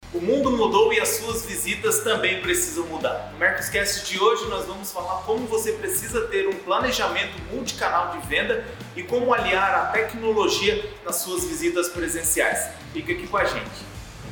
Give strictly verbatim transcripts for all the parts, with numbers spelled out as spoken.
O mundo mudou e as suas visitas também precisam mudar. No Mercoscast de hoje nós vamos falar como você precisa ter um planejamento multicanal de venda e como aliar a tecnologia nas suas visitas presenciais. Fica aqui com a gente.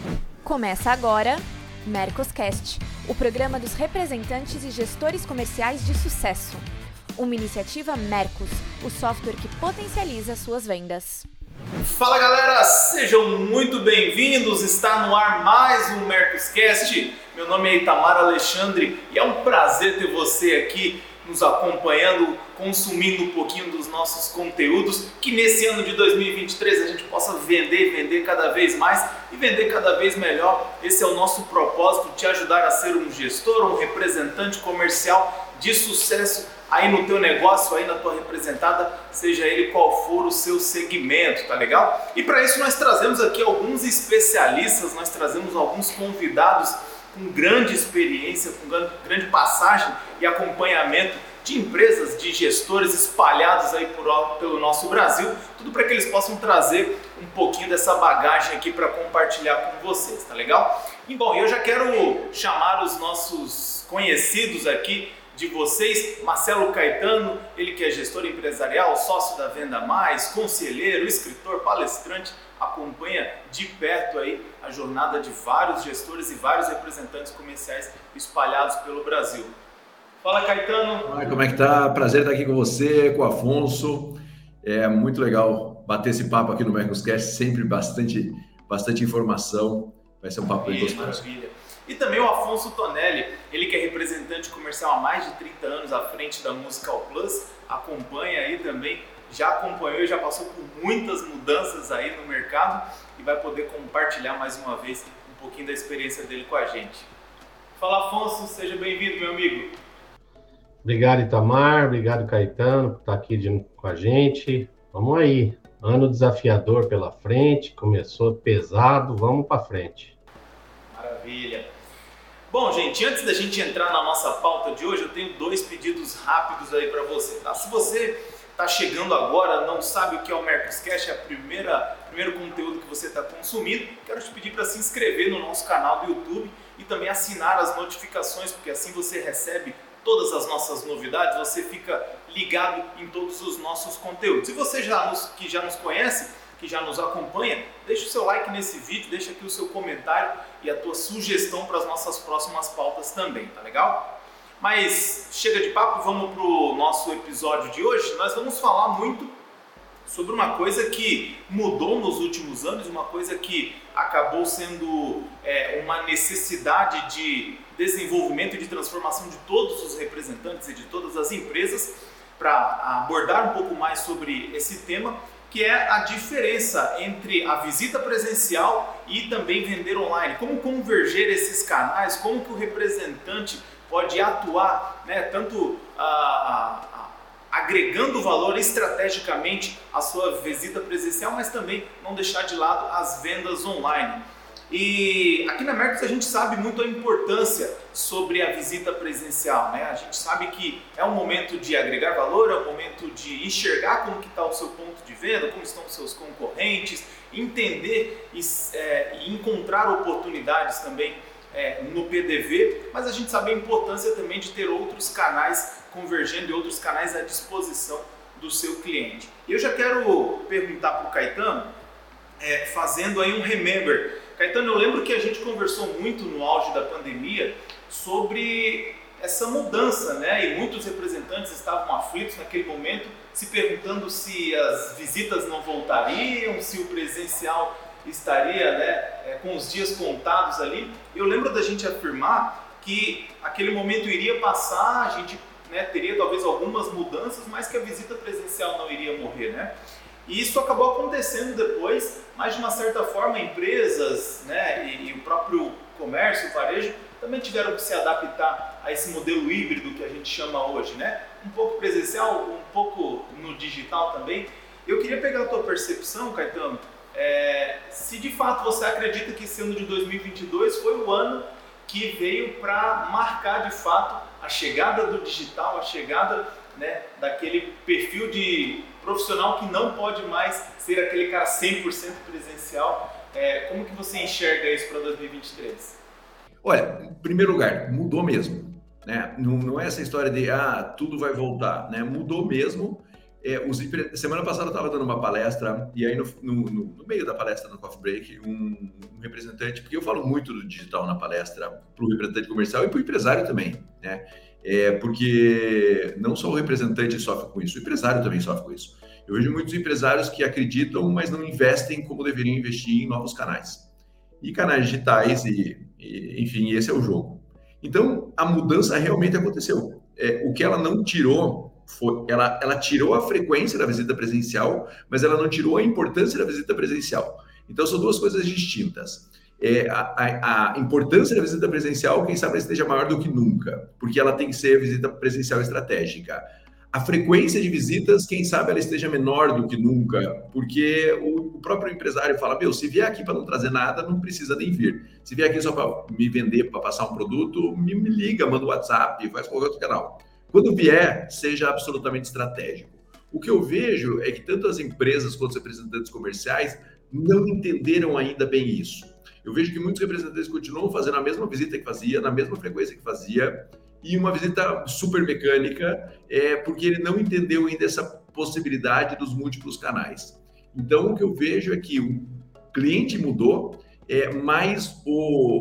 Começa agora Mercoscast, o programa dos representantes e gestores comerciais de sucesso. Uma iniciativa Mercos, o software que potencializa suas vendas. Fala galera, sejam muito bem-vindos, está no ar mais um Mercoscast. Meu nome é Itamar Alexandre e é um prazer ter você aqui nos acompanhando, consumindo um pouquinho dos nossos conteúdos, que nesse ano de dois mil e vinte e três a gente possa vender, vender cada vez mais e vender cada vez melhor. Esse é o nosso propósito, te ajudar a ser um gestor, um representante comercial de sucesso aí no teu negócio, aí na tua representada, seja ele qual for o seu segmento, tá legal? E para isso nós trazemos aqui alguns especialistas, nós trazemos alguns convidados com grande experiência, com grande passagem e acompanhamento de empresas, de gestores espalhados aí por, pelo nosso Brasil, tudo para que eles possam trazer um pouquinho dessa bagagem aqui para compartilhar com vocês, tá legal? E bom, eu já quero chamar os nossos conhecidos aqui de vocês, Marcelo Caetano, ele que é gestor empresarial, sócio da Venda Mais, conselheiro, escritor, palestrante, acompanha de perto aí a jornada de vários gestores e vários representantes comerciais espalhados pelo Brasil. Fala, Caetano. Oi, como é que tá? Prazer estar aqui com você, com o Afonso. É muito legal bater esse papo aqui no Mercoscast, sempre bastante, bastante informação. Vai ser um papo bem gostoso. Maravilha. E também o Afonso Tonelli, ele que é representante comercial há mais de trinta anos à frente da Musical Plus, acompanha aí também, já acompanhou e já passou por muitas mudanças aí no mercado e vai poder compartilhar mais uma vez um pouquinho da experiência dele com a gente. Fala, Afonso, seja bem-vindo, meu amigo. Obrigado, Itamar, obrigado, Caetano, por estar aqui de, com a gente. Vamos aí, ano desafiador pela frente, começou pesado, vamos para frente. Maravilha. Bom, gente, antes da gente entrar na nossa pauta de hoje, eu tenho dois pedidos rápidos aí para você, tá? Se você está chegando agora, não sabe o que é o Mercoscast, é o primeiro conteúdo que você está consumindo, quero te pedir para se inscrever no nosso canal do YouTube e também assinar as notificações, porque assim você recebe todas as nossas novidades, você fica ligado em todos os nossos conteúdos. E você já nos, que já nos conhece, que já nos acompanha, deixa o seu like nesse vídeo, deixa aqui o seu comentário e a tua sugestão para as nossas próximas pautas também, tá legal? Mas chega de papo, vamos para o nosso episódio de hoje. Nós vamos falar muito sobre uma coisa que mudou nos últimos anos, uma coisa que acabou sendo é, uma necessidade de desenvolvimento e de transformação de todos os representantes e de todas as empresas, para abordar um pouco mais sobre esse tema, que é a diferença entre a visita presencial e também vender online. Como converger esses canais, como que o representante pode atuar, né, tanto a, a, a, agregando valor estrategicamente à sua visita presencial, mas também não deixar de lado as vendas online. E aqui na Mercos a gente sabe muito a importância sobre a visita presencial, né? A gente sabe que é um momento de agregar valor, é um momento de enxergar como que está o seu ponto de venda, como estão os seus concorrentes, entender e, é, e encontrar oportunidades também é, no P D V, mas a gente sabe a importância também de ter outros canais convergendo e outros canais à disposição do seu cliente. E eu já quero perguntar para o Caetano, é, fazendo aí um remember. Caetano, eu lembro que a gente conversou muito no auge da pandemia sobre essa mudança, né? E muitos representantes estavam aflitos naquele momento, se perguntando se as visitas não voltariam, se o presencial estaria, né, com os dias contados ali. Eu lembro da gente afirmar que aquele momento iria passar, a gente, né, teria talvez algumas mudanças, mas que a visita presencial não iria morrer, né? E isso acabou acontecendo depois, mas de uma certa forma empresas, né, e, e o próprio comércio, o varejo, também tiveram que se adaptar a esse modelo híbrido que a gente chama hoje, né? Um pouco presencial, um pouco no digital também. Eu queria pegar a tua percepção, Caetano, é, se de fato você acredita que esse ano de dois mil e vinte e dois foi o ano que veio para marcar de fato a chegada do digital, a chegada, né, daquele perfil de profissional que não pode mais ser aquele cara cem por cento presencial É, como que você enxerga isso para dois mil e vinte e três? Olha, em primeiro lugar, mudou mesmo. Né? Não, não é essa história de, ah, tudo vai voltar. Né? Mudou mesmo. É, os, semana passada eu estava dando uma palestra, e aí no, no, no meio da palestra, no Coffee Break, um, um representante, porque eu falo muito do digital na palestra, para o representante comercial e para o empresário também, né? É, porque não só o representante sofre com isso, o empresário também sofre com isso. Eu vejo muitos empresários que acreditam, mas não investem como deveriam investir em novos canais. E canais digitais, e, e enfim, esse é o jogo. Então, a mudança realmente aconteceu. É, o que ela não tirou, foi, ela, ela tirou a frequência da visita presencial, mas ela não tirou a importância da visita presencial. Então, são duas coisas distintas. É, a, a, a importância da visita presencial, quem sabe, esteja maior do que nunca, porque ela tem que ser visita presencial estratégica. A frequência de visitas, quem sabe ela esteja menor do que nunca, porque o, o próprio empresário fala, meu, se vier aqui para não trazer nada, não precisa nem vir. Se vier aqui só para me vender, para passar um produto, me, me liga, manda um WhatsApp, faz qualquer outro canal. Quando vier, seja absolutamente estratégico. O que eu vejo é que tanto as empresas quanto os representantes comerciais não entenderam ainda bem isso. Eu vejo que muitos representantes continuam fazendo a mesma visita que fazia, na mesma frequência que fazia, e uma visita super mecânica, é, porque ele não entendeu ainda essa possibilidade dos múltiplos canais. Então, o que eu vejo é que o cliente mudou, é, mas o,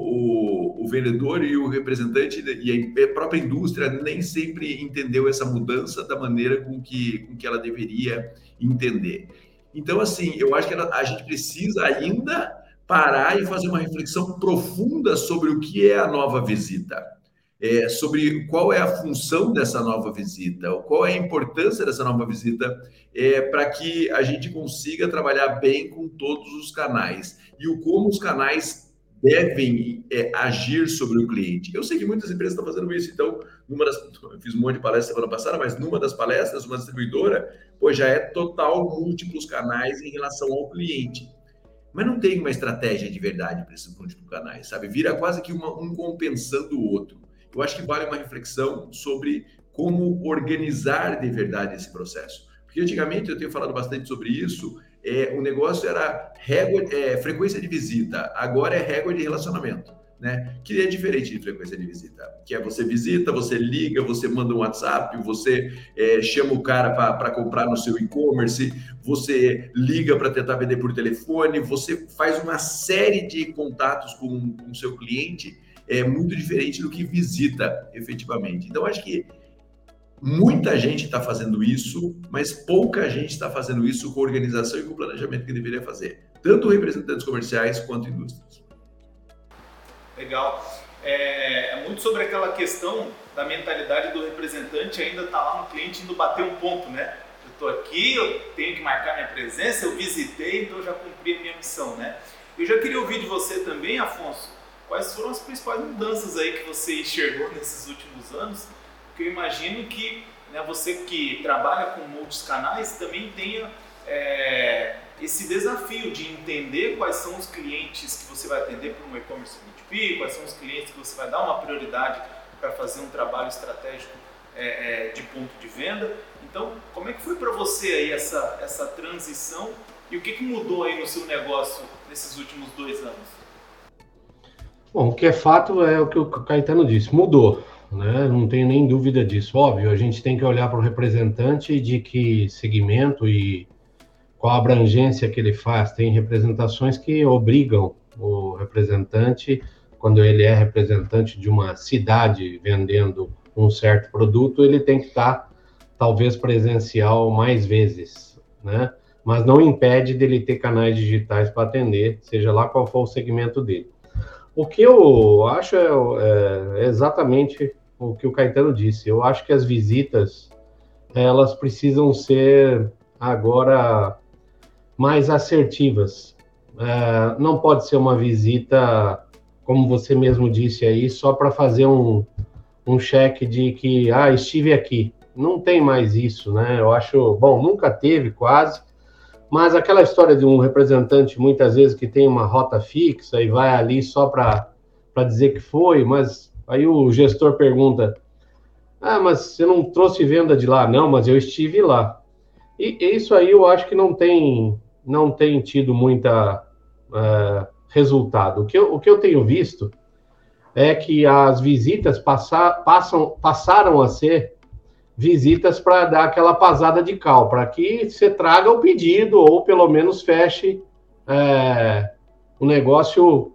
o, o vendedor e o representante e a própria indústria nem sempre entendeu essa mudança da maneira com que, com que ela deveria entender. Então, assim, eu acho que ela, a gente precisa ainda parar e fazer uma reflexão profunda sobre o que é a nova visita. É, sobre qual é a função dessa nova visita, qual é a importância dessa nova visita é, para que a gente consiga trabalhar bem com todos os canais e o como os canais devem é, agir sobre o cliente. Eu sei que muitas empresas estão fazendo isso, então, numa das, eu fiz um monte de palestra semana passada, mas numa das palestras, uma distribuidora, pô, já é total múltiplos canais em relação ao cliente. Mas não tem uma estratégia de verdade para esses múltiplos canais, sabe? Vira quase que uma, um compensando o outro. Eu acho que vale uma reflexão sobre como organizar de verdade esse processo. Porque antigamente, eu tenho falado bastante sobre isso, é, o negócio era régua, é, frequência de visita, agora é régua de relacionamento, né? Que é diferente de frequência de visita, que é você visita, você liga, você manda um WhatsApp, você é, chama o cara para comprar no seu e-commerce, você liga para tentar vender por telefone, você faz uma série de contatos com o seu cliente, é muito diferente do que visita efetivamente. Então, acho que muita gente está fazendo isso, mas pouca gente está fazendo isso com a organização e com o planejamento que deveria fazer, tanto representantes comerciais quanto indústrias. Legal. É, é muito sobre aquela questão da mentalidade do representante ainda estar tá lá no cliente indo bater um ponto, né? Eu estou aqui, eu tenho que marcar minha presença, eu visitei, então eu já cumpri a minha missão, né? Eu já queria ouvir de você também, Afonso, quais foram as principais mudanças aí que você enxergou nesses últimos anos? Porque eu imagino que, né, você que trabalha com muitos canais também tenha é, esse desafio de entender quais são os clientes que você vai atender por um e-commerce B dois B, quais são os clientes que você vai dar uma prioridade para fazer um trabalho estratégico é, é, de ponto de venda. Então, como é que foi para você aí essa, essa transição e o que, que mudou aí no seu negócio nesses últimos dois anos? Bom, o que é fato é o que o Caetano disse, mudou, né? Não tenho nem dúvida disso. Óbvio, a gente tem que olhar para o representante de que segmento e qual a abrangência que ele faz. Tem representações que obrigam o representante, quando ele é representante de uma cidade vendendo um certo produto, ele tem que estar, talvez, presencial mais vezes, né? Mas não impede dele ter canais digitais para atender, seja lá qual for o segmento dele. O que eu acho é, é exatamente o que o Caetano disse. Eu acho que as visitas, elas precisam ser agora mais assertivas. É, não pode ser uma visita, como você mesmo disse aí, só para fazer um, um cheque de que, ah, estive aqui. Não tem mais isso, né? Eu acho, bom, nunca teve quase, mas aquela história de um representante, muitas vezes, que tem uma rota fixa e vai ali só para dizer que foi, mas aí o gestor pergunta, ah, mas você não trouxe venda de lá? Não, mas eu estive lá. E isso aí eu acho que não tem, não tem tido muita, uh, resultado. O que, eu, o que eu tenho visto é que as visitas passar, passam, passaram a ser visitas para dar aquela pasada de cal, para que você traga o pedido ou pelo menos feche é, o negócio,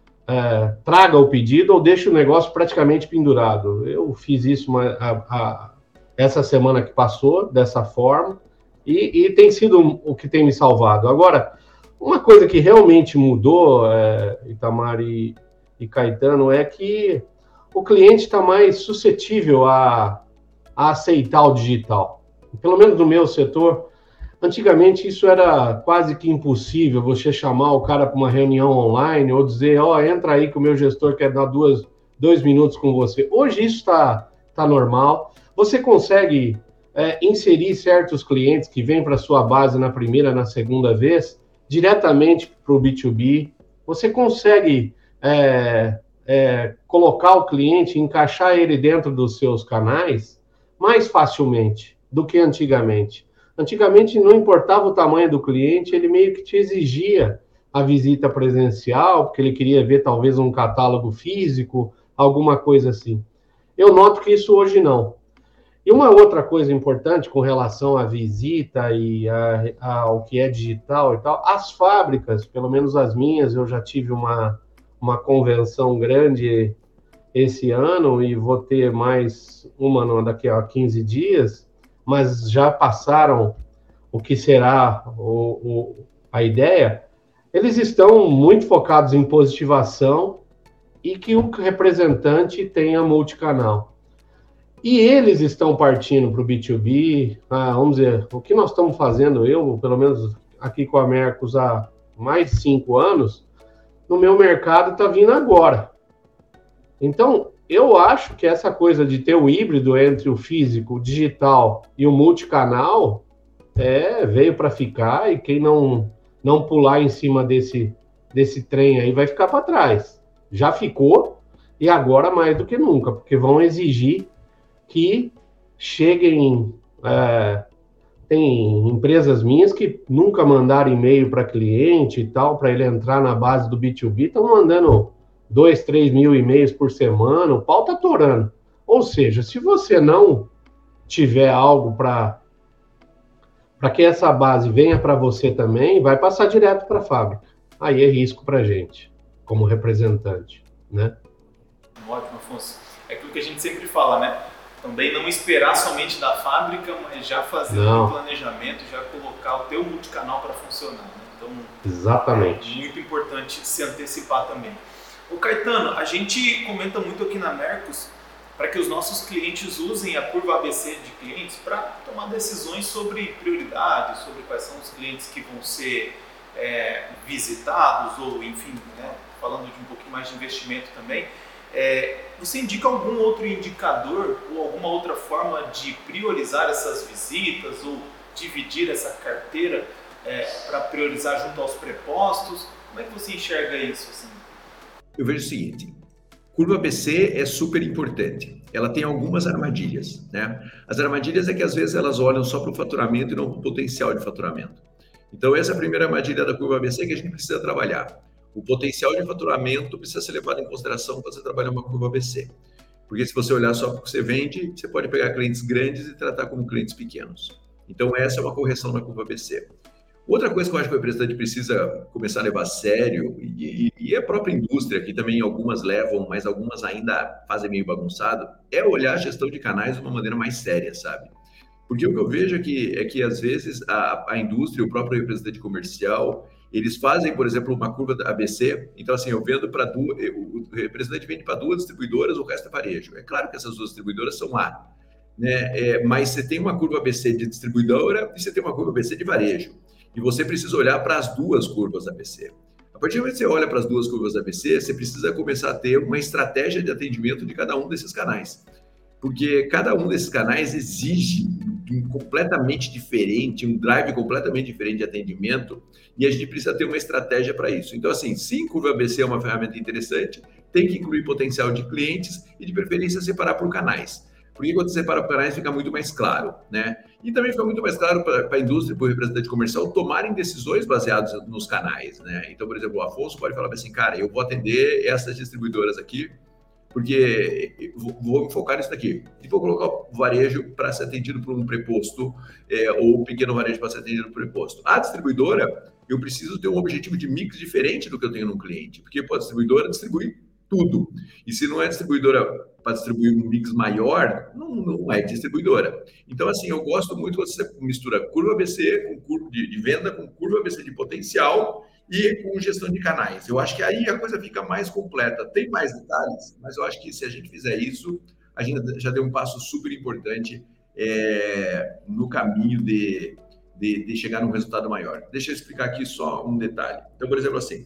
é, traga o pedido ou deixe o negócio praticamente pendurado. Eu fiz isso uma, a, a, essa semana que passou, dessa forma, e, e tem sido o que tem me salvado. Agora, uma coisa que realmente mudou, é, Itamar e, e Caetano, é que o cliente está mais suscetível a a aceitar o digital. Pelo menos no meu setor, antigamente isso era quase que impossível, você chamar o cara para uma reunião online ou dizer, ó, oh, entra aí que o meu gestor quer dar duas, dois minutos com você. Hoje isso está tá normal. Você consegue é, inserir certos clientes que vêm para a sua base na primeira, na segunda vez, diretamente para o B dois B. Você consegue é, é, colocar o cliente, encaixar ele dentro dos seus canais mais facilmente do que antigamente. Antigamente não importava o tamanho do cliente, ele meio que te exigia a visita presencial, porque ele queria ver talvez um catálogo físico, alguma coisa assim. Eu noto que isso hoje não. E uma outra coisa importante com relação à visita e a, a, ao que é digital e tal, as fábricas, pelo menos as minhas, eu já tive uma, uma convenção grande esse ano e vou ter mais uma daqui a quinze dias, mas já passaram o que será o, o, a ideia, eles estão muito focados em positivação e que o representante tenha multicanal. E eles estão partindo para o B dois B, ah, vamos dizer, o que nós estamos fazendo, eu, pelo menos aqui com a Mercos há mais de cinco anos, no meu mercado está vindo agora. Então, eu acho que essa coisa de ter o híbrido entre o físico, o digital e o multicanal é, veio para ficar, e quem não, não pular em cima desse, desse trem aí vai ficar para trás. Já ficou, e agora mais do que nunca, porque vão exigir que cheguem... É, tem empresas minhas que nunca mandaram e-mail para cliente e tal, para ele entrar na base do B dois B, estão mandando dois, três mil e-mails por semana, o pau tá atorando. Ou seja, se você não tiver algo para para que essa base venha para você também, vai passar direto para a fábrica. Aí é risco para a gente, como representante, né? Ótimo, Afonso. É aquilo que a gente sempre fala, né? Também não esperar somente da fábrica, mas já fazer o um planejamento, já colocar o teu multicanal para funcionar. Né? Então, exatamente. É muito importante se antecipar também. O Caetano, a gente comenta muito aqui na Mercos para que os nossos clientes usem a curva A B C de clientes para tomar decisões sobre prioridades, sobre quais são os clientes que vão ser é, visitados ou, enfim, né, falando de um pouquinho mais de investimento também. É, você indica algum outro indicador ou alguma outra forma de priorizar essas visitas ou dividir essa carteira é, para priorizar junto aos prepostos? Como é que você enxerga isso? Assim? Eu vejo o seguinte, curva A B C é super importante, ela tem algumas armadilhas, né? As armadilhas é que às vezes elas olham só para o faturamento e não para o potencial de faturamento. Então essa é a primeira armadilha da curva A B C que a gente precisa trabalhar. O potencial de faturamento precisa ser levado em consideração para você trabalhar uma curva A B C. Porque se você olhar só para o que você vende, você pode pegar clientes grandes e tratar como clientes pequenos. Então essa é uma correção na curva A B C. Outra coisa que eu acho que o representante precisa começar a levar a sério, e, e a própria indústria, que também algumas levam, mas algumas ainda fazem meio bagunçado, é olhar a gestão de canais de uma maneira mais séria, sabe? Porque o que eu vejo é que, é que às vezes, a, a indústria, o próprio representante comercial, eles fazem, por exemplo, uma curva A B C, então assim, eu vendo para duas, o representante vende para duas distribuidoras, o resto é varejo. É claro que essas duas distribuidoras são A, né? É, mas você tem uma curva A B C de distribuidora e você tem uma curva A B C de varejo. E você precisa olhar para as duas curvas A B C. A partir do momento que você olha para as duas curvas A B C, você precisa começar a ter uma estratégia de atendimento de cada um desses canais. Porque cada um desses canais exige um completamente diferente, um drive completamente diferente de atendimento, e a gente precisa ter uma estratégia para isso. Então, assim, sim, curva A B C é uma ferramenta interessante, tem que incluir potencial de clientes e, de preferência, separar por canais. Porque quando você separa canais fica muito mais claro, né? E também fica muito mais claro para a indústria, para o representante comercial tomarem decisões baseadas nos canais, né? Então, por exemplo, o Afonso pode falar assim, cara, eu vou atender essas distribuidoras aqui, porque vou me focar nisso daqui. E vou colocar o varejo para ser atendido por um preposto, é, ou o pequeno varejo para ser atendido por um preposto. A distribuidora, eu preciso ter um objetivo de mix diferente do que eu tenho no cliente, porque pô, a distribuidora distribui tudo. E se não é distribuidora para distribuir um mix maior, não, não é distribuidora. Então, assim, eu gosto muito quando você mistura curva A B C com curva de, de venda com curva A B C de potencial e com gestão de canais. Eu acho que aí a coisa fica mais completa. Tem mais detalhes, mas eu acho que se a gente fizer isso, a gente já deu um passo super importante é, no caminho de, de, de chegar num resultado maior. Deixa eu explicar aqui só um detalhe. Então, por exemplo, assim,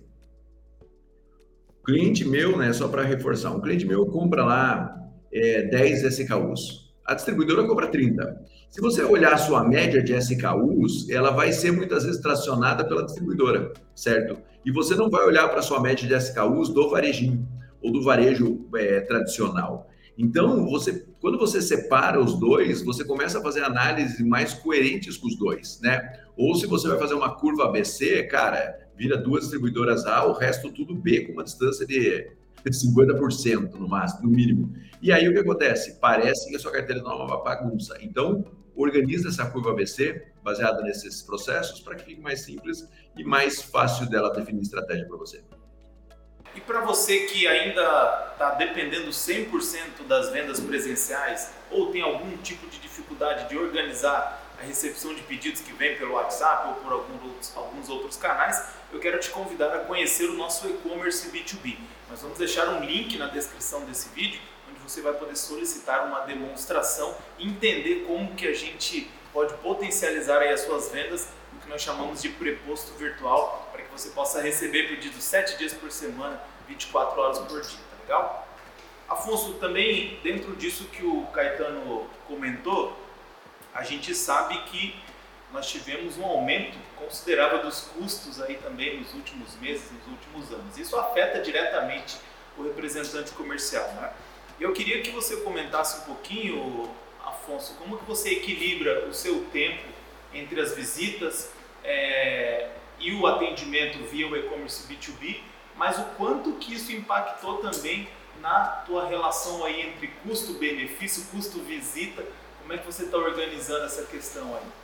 cliente meu, né, só para reforçar, um cliente meu compra lá é, dez S K Us. A distribuidora compra trinta. Se você olhar a sua média de S K Us, ela vai ser muitas vezes tracionada pela distribuidora, certo? E você não vai olhar para a sua média de S K Us do varejinho ou do varejo é, tradicional. Então, você, quando você separa os dois, você começa a fazer análises mais coerentes com os dois, né? Ou se você vai fazer uma curva A B C, cara, vira duas distribuidoras A, o resto tudo B, com uma distância de cinquenta por cento no máximo, no mínimo. E aí o que acontece? Parece que a sua carteira não é uma bagunça. Então, organiza essa curva A B C, baseada nesses processos, para que fique mais simples e mais fácil dela definir estratégia para você. E para você que ainda está dependendo cem por cento das vendas presenciais ou tem algum tipo de dificuldade de organizar a recepção de pedidos que vem pelo WhatsApp ou por algum outros, alguns outros canais, eu quero te convidar a conhecer o nosso e-commerce B dois B. Nós vamos deixar um link na descrição desse vídeo, onde você vai poder solicitar uma demonstração e entender como que a gente pode potencializar aí as suas vendas, o que nós chamamos de preposto virtual, para que você possa receber pedidos sete dias por semana, vinte e quatro horas por dia, tá legal? Afonso, também dentro disso que o Caetano comentou, a gente sabe que nós tivemos um aumento considerável dos custos aí também nos últimos meses, nos últimos anos. Isso afeta diretamente o representante comercial, né? Eu queria que você comentasse um pouquinho, Afonso, como que você equilibra o seu tempo entre as visitas é, e o atendimento via o e-commerce B dois B, mas o quanto que isso impactou também na tua relação aí entre custo-benefício, custo-visita. Como é que você está organizando essa questão aí?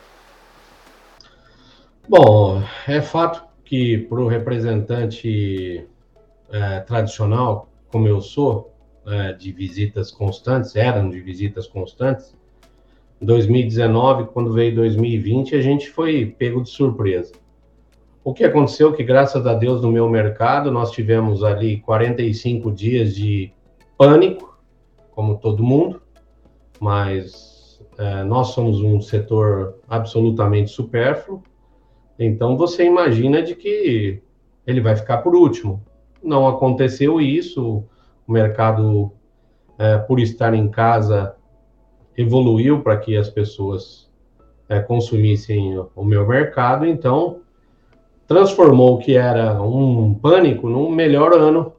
Bom, é fato que para o representante é, tradicional, como eu sou, é, de visitas constantes, eram de visitas constantes, em dois mil e dezenove, quando veio dois mil e vinte, a gente foi pego de surpresa. O que aconteceu que, graças a Deus, no meu mercado, nós tivemos ali quarenta e cinco dias de pânico, como todo mundo, mas é, nós somos um setor absolutamente supérfluo, então você imagina de que ele vai ficar por último. Não aconteceu isso, o mercado, é, por estar em casa, evoluiu para que as pessoas é, consumissem o meu mercado, então transformou o que era um pânico num melhor ano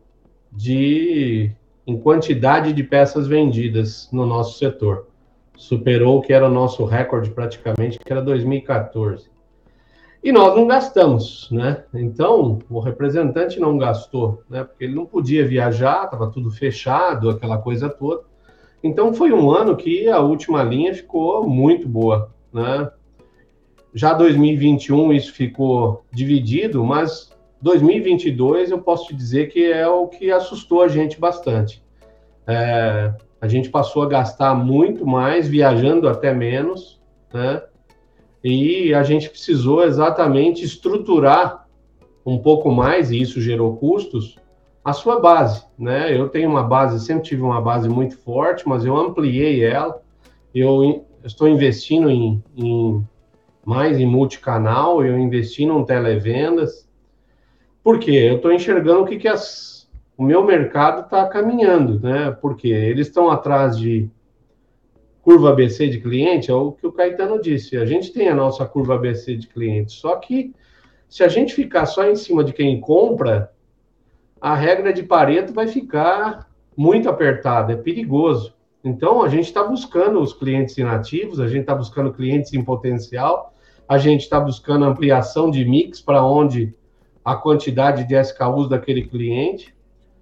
de, em quantidade de peças vendidas no nosso setor. Superou o que era o nosso recorde praticamente, que era dois mil e quatorze. E nós não gastamos, né? Então, o representante não gastou, né? Porque ele não podia viajar, estava tudo fechado, aquela coisa toda. Então, foi um ano que a última linha ficou muito boa, né? Já dois mil e vinte e um isso ficou dividido, mas dois mil e vinte e dois eu posso te dizer que é o que assustou a gente bastante. É, a gente passou a gastar muito mais, viajando até menos, né? E a gente precisou exatamente estruturar um pouco mais, e isso gerou custos, a sua base, né? Eu tenho uma base, sempre tive uma base muito forte, mas eu ampliei ela, eu estou investindo em, em mais em multicanal, eu investi em televendas. Por quê? Eu estou enxergando o que, que as, o meu mercado está caminhando, né? Porque eles estão atrás de curva A B C de cliente, é o que o Caetano disse. A gente tem a nossa curva A B C de cliente, só que se a gente ficar só em cima de quem compra, a regra de Pareto vai ficar muito apertada, é perigoso. Então, a gente está buscando os clientes inativos, a gente está buscando clientes em potencial, a gente está buscando ampliação de mix para onde a quantidade de S K Us daquele cliente.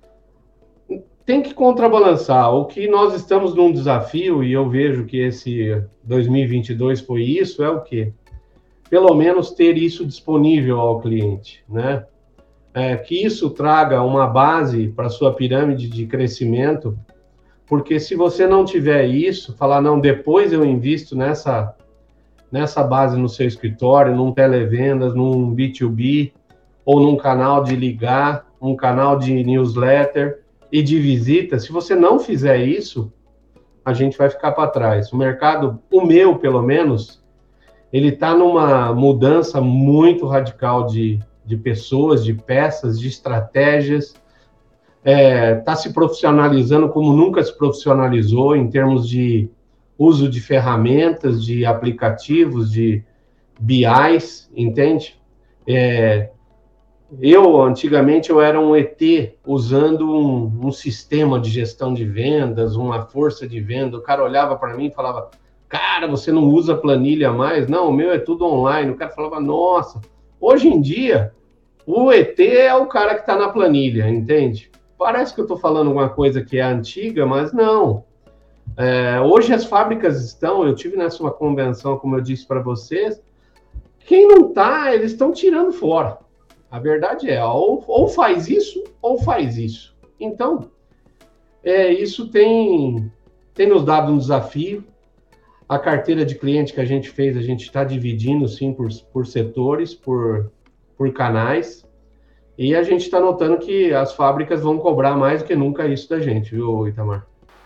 Tem que contrabalançar. O que nós estamos num desafio, e eu vejo que esse dois mil e vinte e dois foi isso, é o quê? Pelo menos ter isso disponível ao cliente, né? É, que isso traga uma base para a sua pirâmide de crescimento, porque se você não tiver isso, falar, não, depois eu invisto nessa, nessa base no seu escritório, num televendas, num B dois B, ou num canal de ligar, um canal de newsletter e de visita, se você não fizer isso, a gente vai ficar para trás. O mercado, o meu pelo menos, ele está numa mudança muito radical de, de pessoas, de peças, de estratégias, está é, se profissionalizando como nunca se profissionalizou em termos de uso de ferramentas, de aplicativos, de B Is, entende? É, eu, antigamente, eu era um E T usando um, um sistema de gestão de vendas, uma força de venda. O cara olhava para mim e falava, cara, você não usa planilha mais? Não, o meu é tudo online. O cara falava, nossa. Hoje em dia, o E T é o cara que está na planilha, entende? Parece que eu estou falando alguma coisa que é antiga, mas não. É, hoje as fábricas estão, eu tive nessa uma convenção, como eu disse para vocês, quem não está, eles estão tirando fora. A verdade é, ou, ou faz isso, ou faz isso. Então, é, isso tem, tem nos dado um desafio. A carteira de cliente que a gente fez, a gente está dividindo, sim, por, por setores, por, por canais. E a gente está notando que as fábricas vão cobrar mais do que nunca isso da gente, viu, Itamar?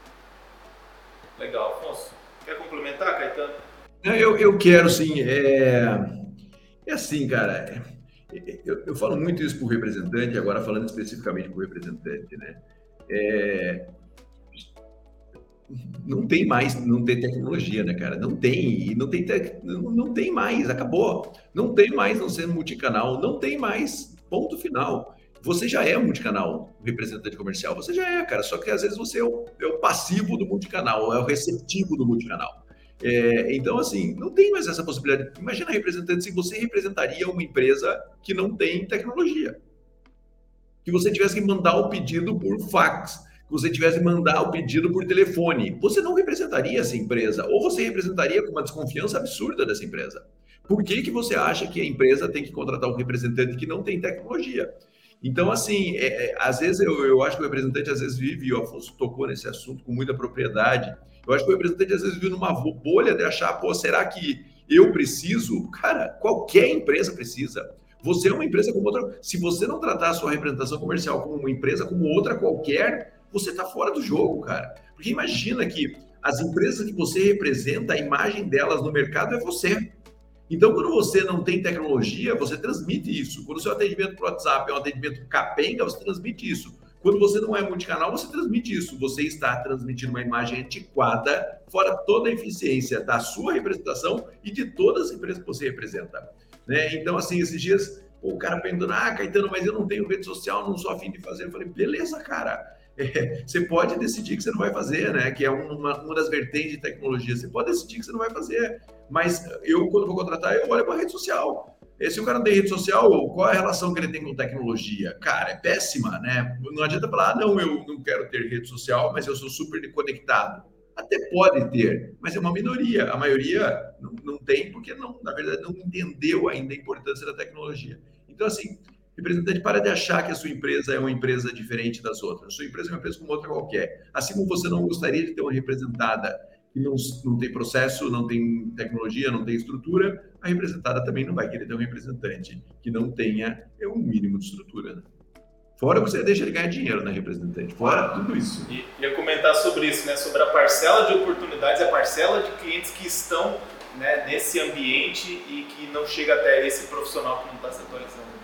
Legal. Afonso, quer complementar, Caetano? Eu, eu quero, sim. É, é assim, cara... Eu, eu falo muito isso para o representante, agora falando especificamente para o representante, né? É, não tem mais, não tem tecnologia, né, cara? Não tem, não tem, não, não tem mais, acabou. Não tem mais não sendo multicanal, não tem mais, ponto final. Você já é multicanal, representante comercial, você já é, cara, só que às vezes você é o, é o passivo do multicanal, é o receptivo do multicanal. É, então, assim, não tem mais essa possibilidade. Imagina, representante, se você representaria uma empresa que não tem tecnologia. Que você tivesse que mandar o pedido por fax, que você tivesse que mandar o pedido por telefone. Você não representaria essa empresa, ou você representaria com uma desconfiança absurda dessa empresa. Por que que você acha que a empresa tem que contratar um representante que não tem tecnologia? Então, assim, é, é, às vezes eu, eu acho que o representante às vezes vive, e o Afonso tocou nesse assunto com muita propriedade, eu acho que o representante às vezes vive numa bolha de achar, pô, será que eu preciso? Cara, qualquer empresa precisa. Você é uma empresa como outra. Se você não tratar a sua representação comercial como uma empresa como outra qualquer, você está fora do jogo, cara. Porque imagina que as empresas que você representa, a imagem delas no mercado é você. Então, quando você não tem tecnologia, você transmite isso. Quando o seu atendimento por WhatsApp é um atendimento capenga, você transmite isso. Quando você não é multicanal, você transmite isso. Você está transmitindo uma imagem antiquada, fora toda a eficiência da sua representação e de todas as empresas que você representa. Né? Então, assim, esses dias, o cara perguntando, ah, Caetano, mas eu não tenho rede social, não sou afim de fazer. Eu falei, beleza, cara. É, você pode decidir que você não vai fazer, né? Que é uma, uma das vertentes de tecnologia. Você pode decidir que você não vai fazer. Mas eu, quando vou contratar, eu olho para a rede social. Se o cara não tem rede social, qual é a relação que ele tem com tecnologia? Cara, é péssima, né? Não adianta falar, ah, não, eu não quero ter rede social, mas eu sou super conectado. Até pode ter, mas é uma minoria. A maioria não, não tem, porque, não, na verdade, não entendeu ainda a importância da tecnologia. Então, assim, representante, para de achar que a sua empresa é uma empresa diferente das outras. A sua empresa é uma empresa como outra qualquer. Assim como você não gostaria de ter uma representada que não, não tem processo, não tem tecnologia, não tem estrutura, a representada também não vai querer ter um representante que não tenha um mínimo de estrutura. Né? Fora você deixa ele ganhar dinheiro na representante, fora tudo isso. E ia comentar sobre isso, né? Sobre a parcela de oportunidades, a parcela de clientes que estão, né, nesse ambiente e que não chega até esse profissional que não está se atualizando.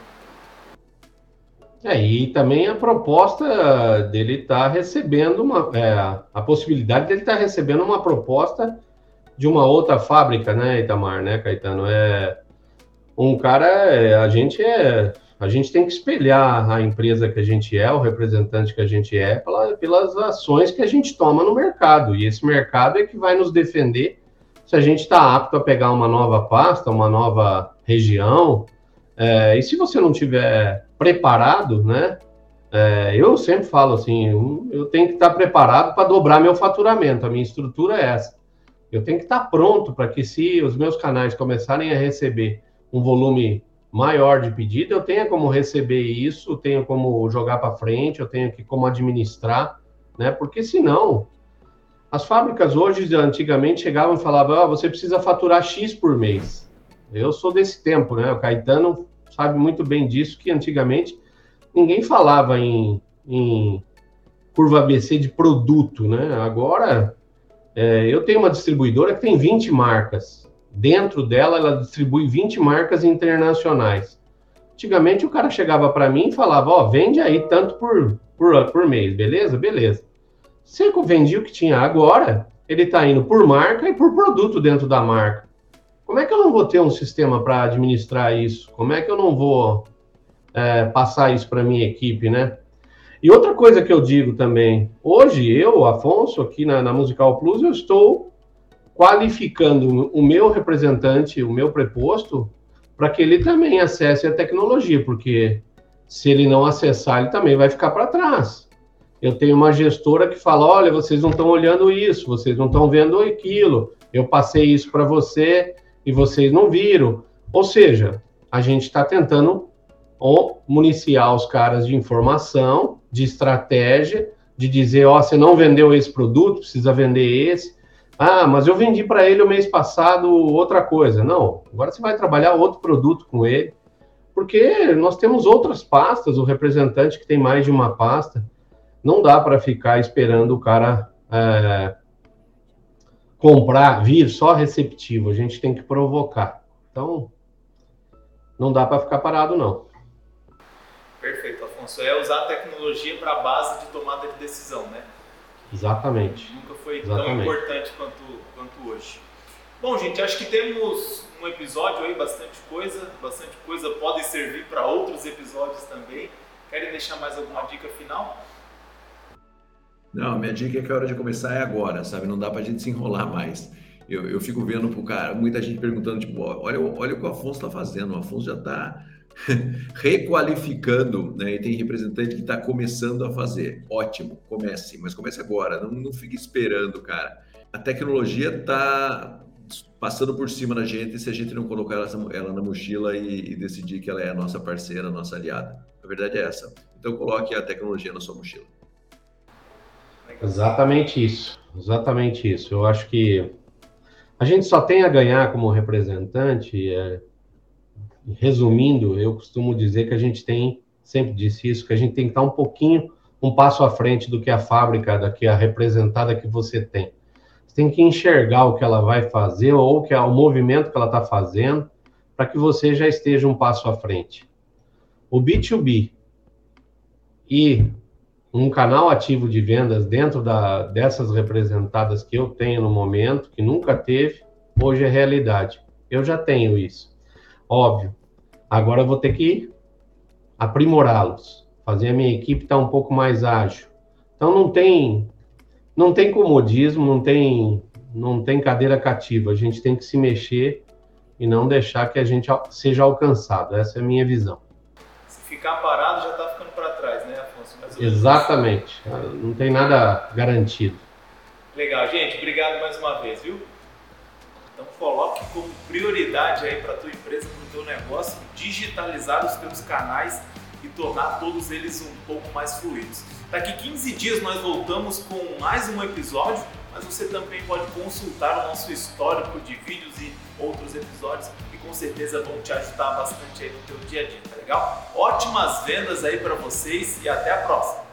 É, e também a proposta dele estar tá recebendo uma... É, a possibilidade dele estar tá recebendo uma proposta de uma outra fábrica, né, Itamar, né, Caetano? É, um cara... É, a gente é... A gente tem que espelhar a empresa que a gente é, o representante que a gente é, pela, pelas ações que a gente toma no mercado. E esse mercado é que vai nos defender se a gente está apto a pegar uma nova pasta, uma nova região. É, e se você não tiver preparado, né? É, eu sempre falo assim, eu tenho que estar preparado para dobrar meu faturamento. A minha estrutura é essa. Eu tenho que estar pronto para que, se os meus canais começarem a receber um volume maior de pedido, eu tenha como receber isso, eu tenho como jogar para frente, eu tenho que como administrar, né? Porque senão, as fábricas hoje, antigamente, chegavam e falavam, oh, você precisa faturar X por mês. Eu sou desse tempo, né? O Caetano sabe muito bem disso, que antigamente ninguém falava em, em curva A B C de produto, né? Agora, é, eu tenho uma distribuidora que tem vinte marcas. Dentro dela, ela distribui vinte marcas internacionais. Antigamente, o cara chegava para mim e falava, ó, oh, vende aí tanto por, por, por mês, beleza? Beleza. Se eu vendi o que tinha agora, ele está indo por marca e por produto dentro da marca. Como é que eu não vou ter um sistema para administrar isso? Como é que eu não vou é, passar isso para minha equipe, né? E outra coisa que eu digo também, hoje eu, Afonso, aqui na, na Musical Plus, eu estou qualificando o meu representante, o meu preposto, para que ele também acesse a tecnologia, porque se ele não acessar, ele também vai ficar para trás. Eu tenho uma gestora que fala, olha, vocês não estão olhando isso, vocês não estão vendo aquilo, eu passei isso para você e vocês não viram. Ou seja, a gente está tentando municiar os caras de informação, de estratégia, de dizer, ó, oh, você não vendeu esse produto, precisa vender esse. Ah, mas eu vendi para ele o mês passado outra coisa. Não, agora você vai trabalhar outro produto com ele, porque nós temos outras pastas, o representante que tem mais de uma pasta, não dá para ficar esperando o cara é, comprar, vir só receptivo, a gente tem que provocar. Então, não dá para ficar parado, não. Perfeito, Afonso. É usar a tecnologia para a base de tomada de decisão, né? Exatamente. Nunca foi Exatamente. tão importante quanto, quanto hoje. Bom, gente, acho que temos um episódio aí, bastante coisa, bastante coisa pode servir para outros episódios também. Querem deixar mais alguma dica final? Não, minha dica é que a hora de começar é agora, sabe? Não dá pra gente se enrolar mais. Eu, eu fico vendo pro cara, muita gente perguntando, tipo, olha, olha o que o Afonso tá fazendo, o Afonso já tá requalificando, né? E tem representante que está começando a fazer. Ótimo, comece, mas comece agora, não, não fique esperando, cara. A tecnologia está passando por cima da gente se a gente não colocar ela, ela na mochila e, e decidir que ela é a nossa parceira, a nossa aliada. A verdade é essa. Então coloque a tecnologia na sua mochila. Exatamente isso, exatamente isso. Eu acho que a gente só tem a ganhar como representante. É... Resumindo, eu costumo dizer que a gente tem, sempre disse isso, que a gente tem que estar um pouquinho, um passo à frente do que a fábrica, da que a representada que você tem. Você tem que enxergar o que ela vai fazer ou que é o movimento que ela está fazendo para que você já esteja um passo à frente. O B dois B e um canal ativo de vendas dentro da, dessas representadas que eu tenho no momento, que nunca teve, hoje é realidade. Eu já tenho isso. Óbvio, agora eu vou ter que aprimorá-los, fazer a minha equipe estar um pouco mais ágil. Então não tem, não tem comodismo, não tem, não tem cadeira cativa. A gente tem que se mexer e não deixar que a gente seja alcançado. Essa é a minha visão. Se ficar parado já está ficando para trás, né, Afonso? Mais Exatamente. Não tem nada garantido. Legal, gente. Obrigado mais uma vez, viu? Então coloque como prioridade aí para a tua empresa, para o teu negócio, digitalizar os teus canais e tornar todos eles um pouco mais fluidos. Daqui quinze dias nós voltamos com mais um episódio, mas você também pode consultar o nosso histórico de vídeos e outros episódios que com certeza vão te ajudar bastante aí no teu dia a dia, tá legal? Ótimas vendas aí para vocês e até a próxima!